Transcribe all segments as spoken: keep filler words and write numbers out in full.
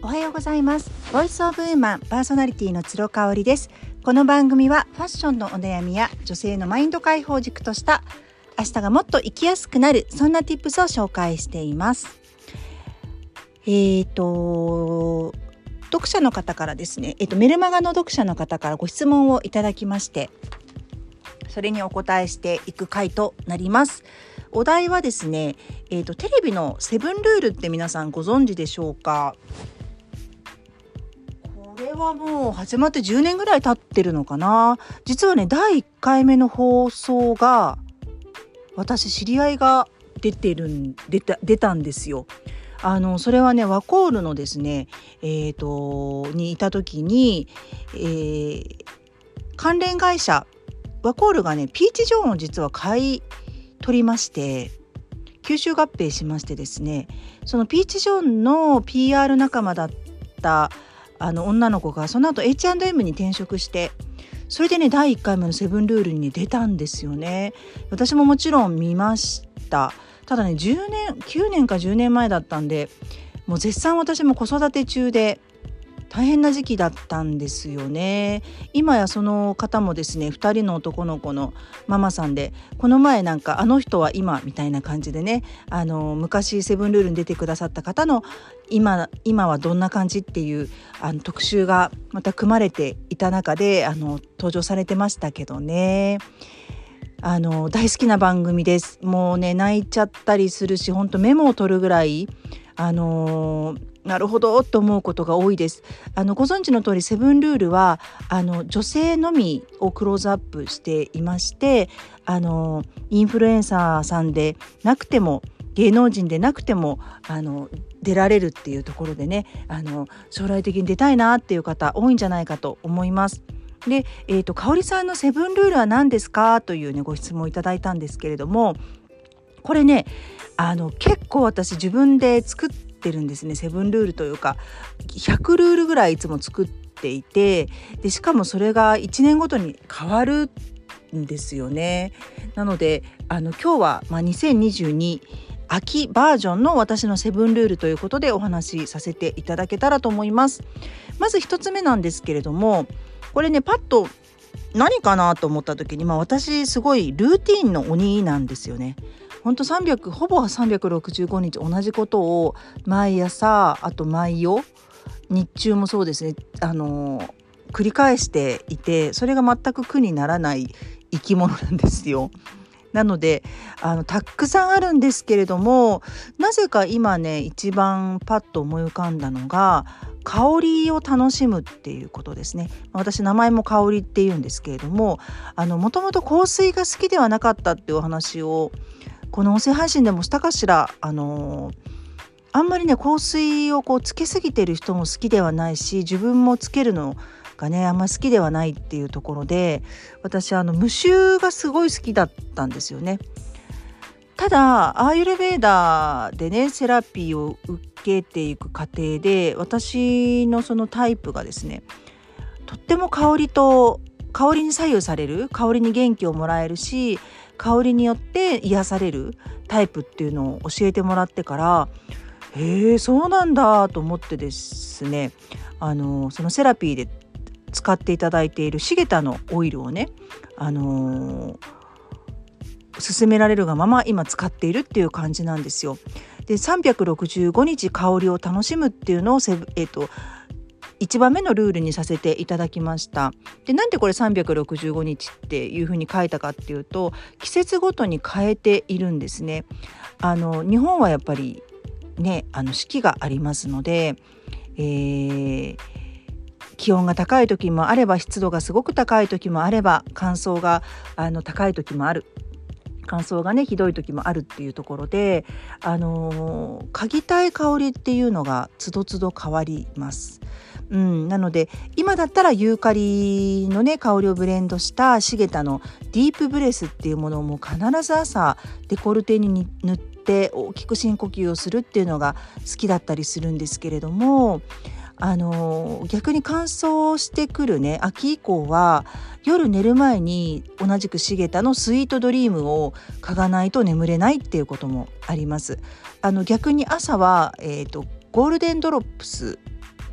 はようございます。ボイスオブウーマンパーソナリティの鶴香織です。この番組はファッションのお悩みや女性のマインド解放軸とした明日がもっと生きやすくなる、そんな tips を紹介しています。えーと読者の方からですね、えーとメルマガの読者の方からご質問をいただきまして、それにお答えしていく回となります。お題はですね、えーとテレビのセブンルールって皆さんご存知でしょうか。これはもう始まってじゅうねんぐらい経ってるのかな。実はね、だいいっかいめの放送が私知り合いが出てるん出た出たんですよ。あのそれはね、ワコールのですね、えーとにいた時に、えー関連会社ワコールがね、ピーチジョーンを実は買い取りまして、吸収合併しましてですね、そのピーチジョーンの ピーアール 仲間だったあの女の子がその後 エイチアンドエム に転職して、それでねだいいっかいめのセブンルールに出たんですよね。私ももちろん見ました。ただね、じゅうねんきゅうねんかじゅうねんまえだったんで、もう絶賛私も子育て中で大変な時期だったんですよね。今やその方もですね、ふたりの男の子のママさんで、この前なんかあの人は今みたいな感じでね、あの昔セブンルールに出てくださった方の今今はどんな感じっていうあの特集がまた組まれていた中であの登場されてましたけどね。あの大好きな番組です。もうね、泣いちゃったりするし、本当メモを取るぐらいあのーなるほどと思うことが多いです。あのご存知の通り、セブンルールはあの女性のみをクローズアップしていまして、あのインフルエンサーさんでなくても芸能人でなくてもあの出られるっていうところでね、あの将来的に出たいなっていう方多いんじゃないかと思います。で、えーと、香織さんのセブンルールは何ですかという、ね、ご質問をいただいたんですけれども、これね、あの結構私自分で作ってるんですね。セブンルールというかひゃくルールぐらいいつも作っていて、でしかもそれがいちねんごとに変わるんですよね。なのであの今日は、まあ、にせんにじゅうに秋バージョンの私のセブンルールということでお話しさせていただけたらと思います。まず一つ目なんですけれども、これね、パッと何かなと思った時に、まあ、私すごいルーティーンの鬼なんですよね。ほんとさんびゃくほぼさんびゃくろくじゅうごにち同じことを毎朝、あと毎夜、日中もそうですね、あの繰り返していて、それが全く苦にならない生き物なんですよ。なのであのたくさんあるんですけれども、なぜか今ね一番パッと思い浮かんだのが香りを楽しむっていうことですね。私名前も香りって言うんですけれども、あのもともと香水が好きではなかったっていうお話をこの音声配信でもしたかしら。あのあんまりね香水をこうつけすぎてる人も好きではないし、自分もつけるのがねあんま好きではないっていうところで、私あの無臭がすごい好きだったんですよね。ただアーユルヴェーダでねセラピーを受けていく過程で、私のそのタイプがですね、とっても香りと香りに左右される、香りに元気をもらえるし、香りによって癒されるタイプっていうのを教えてもらってから、へえそうなんだと思ってですね、あのそのセラピーで使っていただいているシゲタのオイルをね、あのー、勧められるがまま今使っているっていう感じなんですよ。でさんびゃくろくじゅうごにち香りを楽しむっていうのをセブ、えーといちばんめのルールにさせていただきました。でなんでこれさんびゃくろくじゅうごにちっていうふうに書いたかっていうと、季節ごとに変えているんですね。あの日本はやっぱりね、あの四季がありますので、えー、気温が高い時もあれば、湿度がすごく高い時もあれば、乾燥があの高い時もある、乾燥がねひどい時もあるっていうところで、あの嗅ぎたい香りっていうのがつどつど変わります。うん、なので今だったらユーカリのね香りをブレンドしたシゲタのディープブレスっていうものをもう必ず朝デコルテに塗って大きく深呼吸をするっていうのが好きだったりするんですけれども、あの逆に乾燥してくるね秋以降は夜寝る前に同じくシゲタのスイートドリームを嗅がないと眠れないっていうこともあります。あの逆に朝は、えーと、ゴールデンドロップス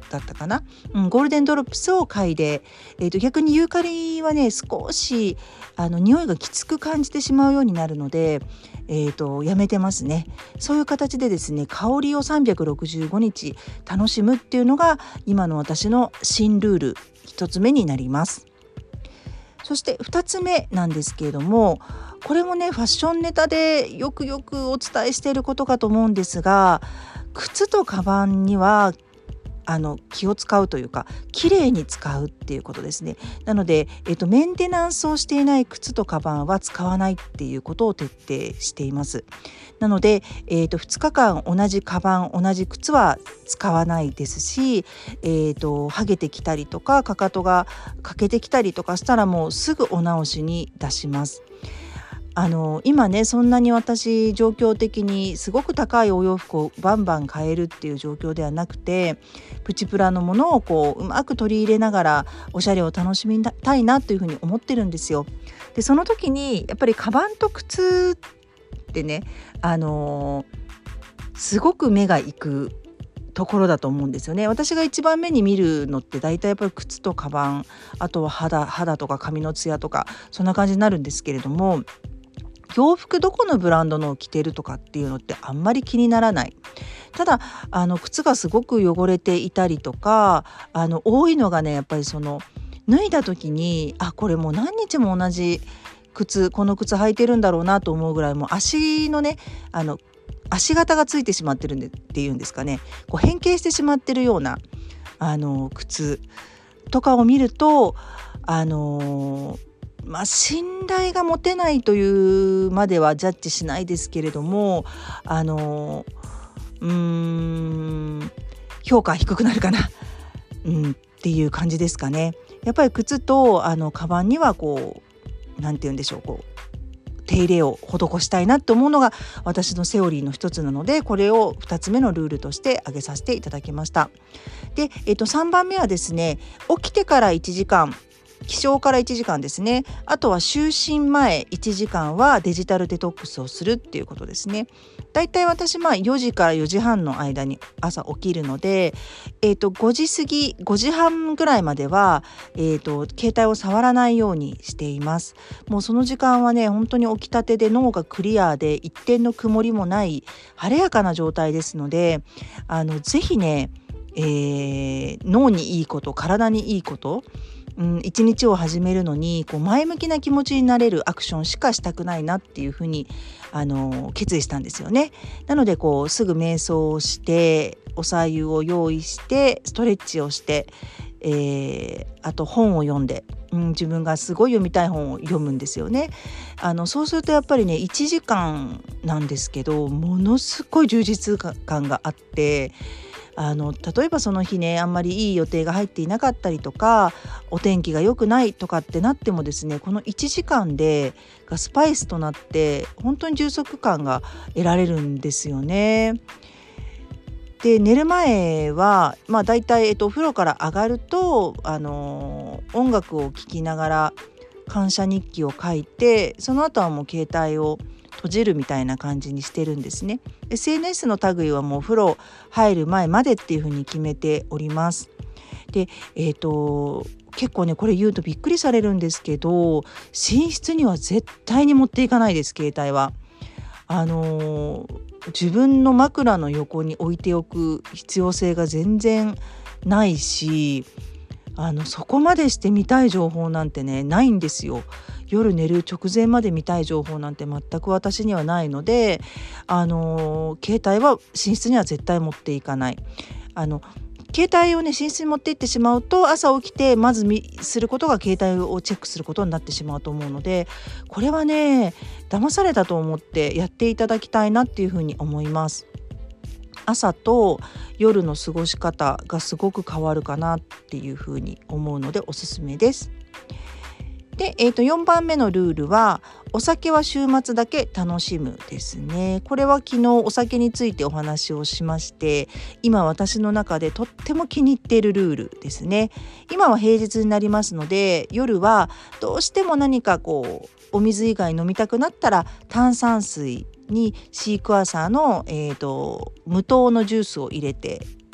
だったかな、うん、ゴールデンドロップスを嗅いで、えー、と逆にユーカリはね少しあの匂いがきつく感じてしまうようになるので、えー、とやめてますね。そういう形でですね香りをさんびゃくろくじゅうごにち楽しむっていうのが今の私の新ルールひとつめになります。そしてふたつめなんですけれども、これもねファッションネタでよくよくお伝えしていることかと思うんですが、靴とカバンにはあの気を使うというかきれいに使うっていうことですね。なので、えっと、メンテナンスをしていない靴とカバンは使わないっていうことを徹底しています。なので、えっと、ふつかかん同じカバン同じ靴は使わないですし、えっと、剥げてきたりとかかかとが欠けてきたりとかしたらもうすぐお直しに出します。あの今ねそんなに私状況的にすごく高いお洋服をバンバン買えるっていう状況ではなくて、プチプラのものをこううまく取り入れながらおしゃれを楽しみたいなというふうに思ってるんですよ。でその時にやっぱりカバンと靴ってねあのすごく目がいくところだと思うんですよね。私が一番目に見るのって大体やっぱり靴とカバン、あとは肌肌とか髪のツヤとかそんな感じになるんですけれども、洋服どこのブランドのを着てるとかっていうのってあんまり気にならない。ただあの靴がすごく汚れていたりとかあの多いのがねやっぱりその脱いだ時にあこれもう何日も同じ靴この靴履いてるんだろうなと思うぐらいもう足のねあの足型がついてしまってるんでっていうんですかね、こう変形してしまってるようなあの靴とかを見るとあのまあ、信頼が持てないというまではジャッジしないですけれども、あのうーん評価低くなるかな、うん、っていう感じですかね。やっぱり靴とあのカバンにはこうなんて言うんでしょうこう手入れを施したいなと思うのが私のセオリーの一つなので、これをふたつめのルールとして挙げさせていただきました。で、えっと、さんばんめはですね、起きてからいちじかん、起床からいちじかんですね。あとは就寝前いちじかんはデジタルデトックスをするっていうことですね。だいたい私まあよじからよじはんの間に朝起きるので、えー、とごじ過ぎごじはんぐらいまでは、えー、と携帯を触らないようにしています。もうその時間はね本当に起きたてで脳がクリアで一点の曇りもない晴れやかな状態ですので、あのぜひね、えー、脳にいいこと体にいいことうん、一日を始めるのにこう前向きな気持ちになれるアクションしかしたくないなっていうふうにあの決意したんですよね。なのでこうすぐ瞑想をしてお白湯を用意してストレッチをして、えー、あと本を読んで、うん、自分がすごい読みたい本を読むんですよね。あのそうするとやっぱりねいちじかんなんですけどものすごい充実感があって、あの例えばその日ねあんまりいい予定が入っていなかったりとかお天気が良くないとかってなってもですね、このいちじかんでがスパイスとなって本当に充足感が得られるんですよね。で寝る前はまあだいたい、えっと、お風呂から上がるとあの音楽を聴きながら感謝日記を書いて、その後はもう携帯を閉じるみたいな感じにしてるんですね。 エスエヌエス の類はもうお風呂入る前までっていう風に決めております。で、えーと、結構ねこれ言うとびっくりされるんですけど、寝室には絶対に持っていかないです。携帯はあのー、自分の枕の横に置いておく必要性が全然ないし、あのそこまでして見たい情報なんてねないんですよ。夜寝る直前まで見たい情報なんて全く私にはないので、あの携帯は寝室には絶対持っていかない。あの携帯をね寝室に持って行ってしまうと朝起きてまず見することが携帯をチェックすることになってしまうと思うので、これはね騙されたと思ってやっていただきたいなっていうふうに思います。朝と夜の過ごし方がすごく変わるかなっていうふうに思うのでおすすめです。で、えー、とよんばんめのルールはお酒は週末だけ楽しむですね。これは昨日お酒についてお話をしまして、今私の中でとっても気に入っているルールですね。今は平日になりますので、夜はどうしても何かこうお水以外飲みたくなったら炭酸水にシークワーサーの、えー、と無糖のジュースを入れて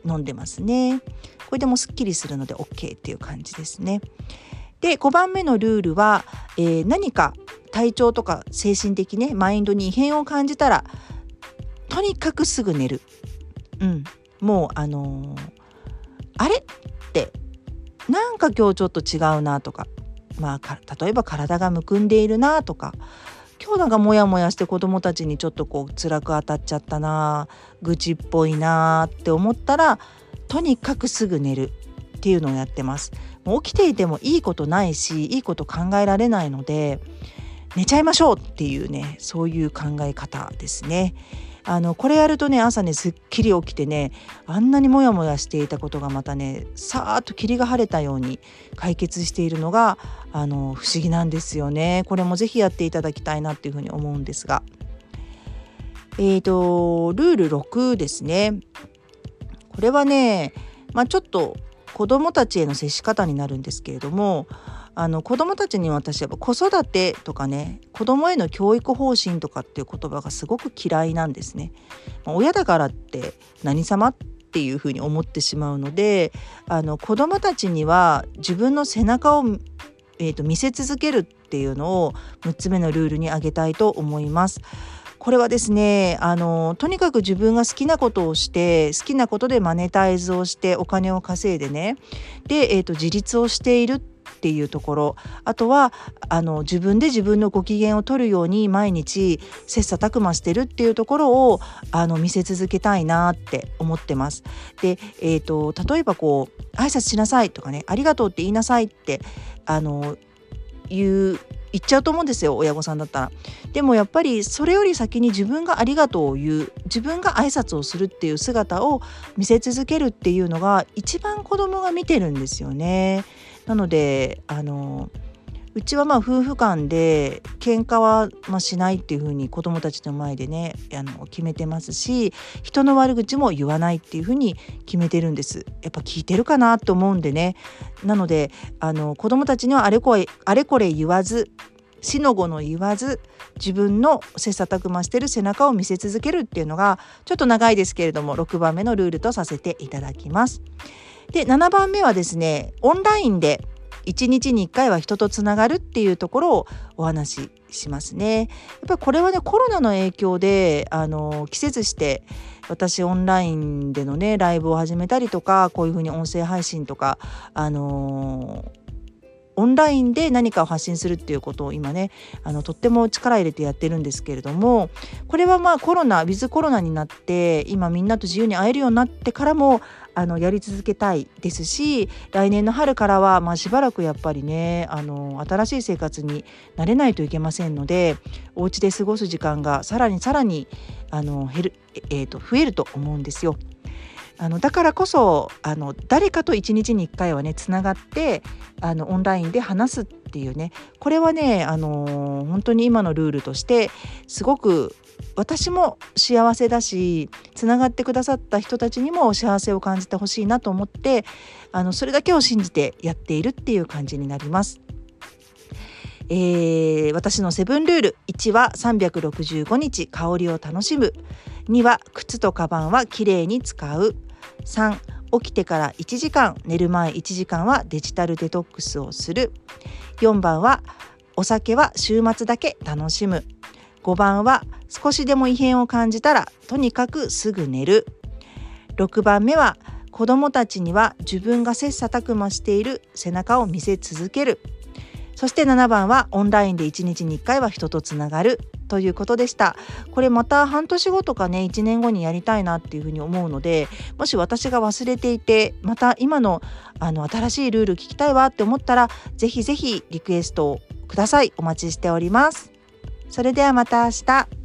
飲んでますね。これでもすっきりするので OK っていう感じですね。でごばんめのルールは、えー、何か体調とか精神的ねマインドに異変を感じたらとにかくすぐ寝る。うん、もうあのー、あれってなんか今日ちょっと違うなとか、まあ例えば体がむくんでいるなとか、今日なんかモヤモヤして子どもたちにちょっとこう辛く当たっちゃったな、愚痴っぽいなって思ったらとにかくすぐ寝るっていうのをやってます。もう起きていてもいいことないしいいこと考えられないので寝ちゃいましょうっていうね、そういう考え方ですね。あのこれやるとね朝ねすっきり起きてね、あんなにモヤモヤしていたことがまたねさーっと霧が晴れたように解決しているのがあの不思議なんですよね。これもぜひやっていただきたいなっていうふうに思うんですが、えーとルールろくですね。これはね、まあ、ちょっと子どもたちへの接し方になるんですけれども、あの子どもたちに私は子育てとかね子どもへの教育方針とかっていう言葉がすごく嫌いなんですね。まあ、親だからって何様っていうふうに思ってしまうので、あの子どもたちには自分の背中を、えーと、見せ続けるっていうのをむっつめのルールに挙げたいと思います。これはですね、あのとにかく自分が好きなことをして好きなことでマネタイズをしてお金を稼いでね、で、えーと、自立をしているっていうところ、あとはあの自分で自分のご機嫌を取るように毎日切磋琢磨してるっていうところをあの見せ続けたいなって思ってます。で、えーと、例えばこう挨拶しなさいとかね、ありがとうって言いなさいってあの言う言っちゃうと思うんですよ、親御さんだったら。でもやっぱりそれより先に自分がありがとうを言う、自分が挨拶をするっていう姿を見せ続けるっていうのが一番子供が見てるんですよね。なのであのうちはまあ夫婦間で喧嘩はまあしないっていうふうに子供たちの前でねあの決めてますし、人の悪口も言わないっていうふうに決めてるんです。やっぱ聞いてるかなと思うんでね。なのであの子供たちにはあれこれあれこれ言わず、しのごの言わず、自分の切磋琢磨してる背中を見せ続けるっていうのがちょっと長いですけれどもろくばんめのルールとさせていただきます。でななばんめはですね、オンラインでいちにちにいっかいは人とつながるっていうところをお話ししますね。やっぱりこれはねコロナの影響であの季節して私オンラインでのねライブを始めたりとか、こういうふうに音声配信とかあのーオンラインで何かを発信するっていうことを今ねあのとっても力入れてやってるんですけれども、これはまあコロナウィズコロナになって今みんなと自由に会えるようになってからもあのやり続けたいですし、来年の春からはまあしばらくやっぱりねあの新しい生活に慣れないといけませんので、お家で過ごす時間がさらにさらにあの減る、えーと、増えると思うんですよ。あのだからこそあの誰かといちにちにいっかいはねつながってあのオンラインで話すっていうね、これはねあの本当に今のルールとしてすごく私も幸せだし、つながってくださった人たちにも幸せを感じてほしいなと思って、あのそれだけを信じてやっているっていう感じになります。えー、私のセブンルール、いちはさんびゃくろくじゅうごにち香りを楽しむ、には靴とカバンはきれいに使う、さん起きてからいちじかん、寝る前いちじかんはデジタルデトックスをする、よんばんはお酒は週末だけ楽しむ、ごばんは少しでも異変を感じたらとにかくすぐ寝る、ろくばんめは子どもたちには自分が切磋琢磨している背中を見せ続ける、そしてななばんはオンラインでいちにちにいっかいは人とつながるということでした。これまた半年後とかねいちねんごにやりたいなっていうふうに思うので、もし私が忘れていてまた今のあの新しいルール聞きたいわって思ったらぜひぜひリクエストをください。お待ちしております。それではまた明日。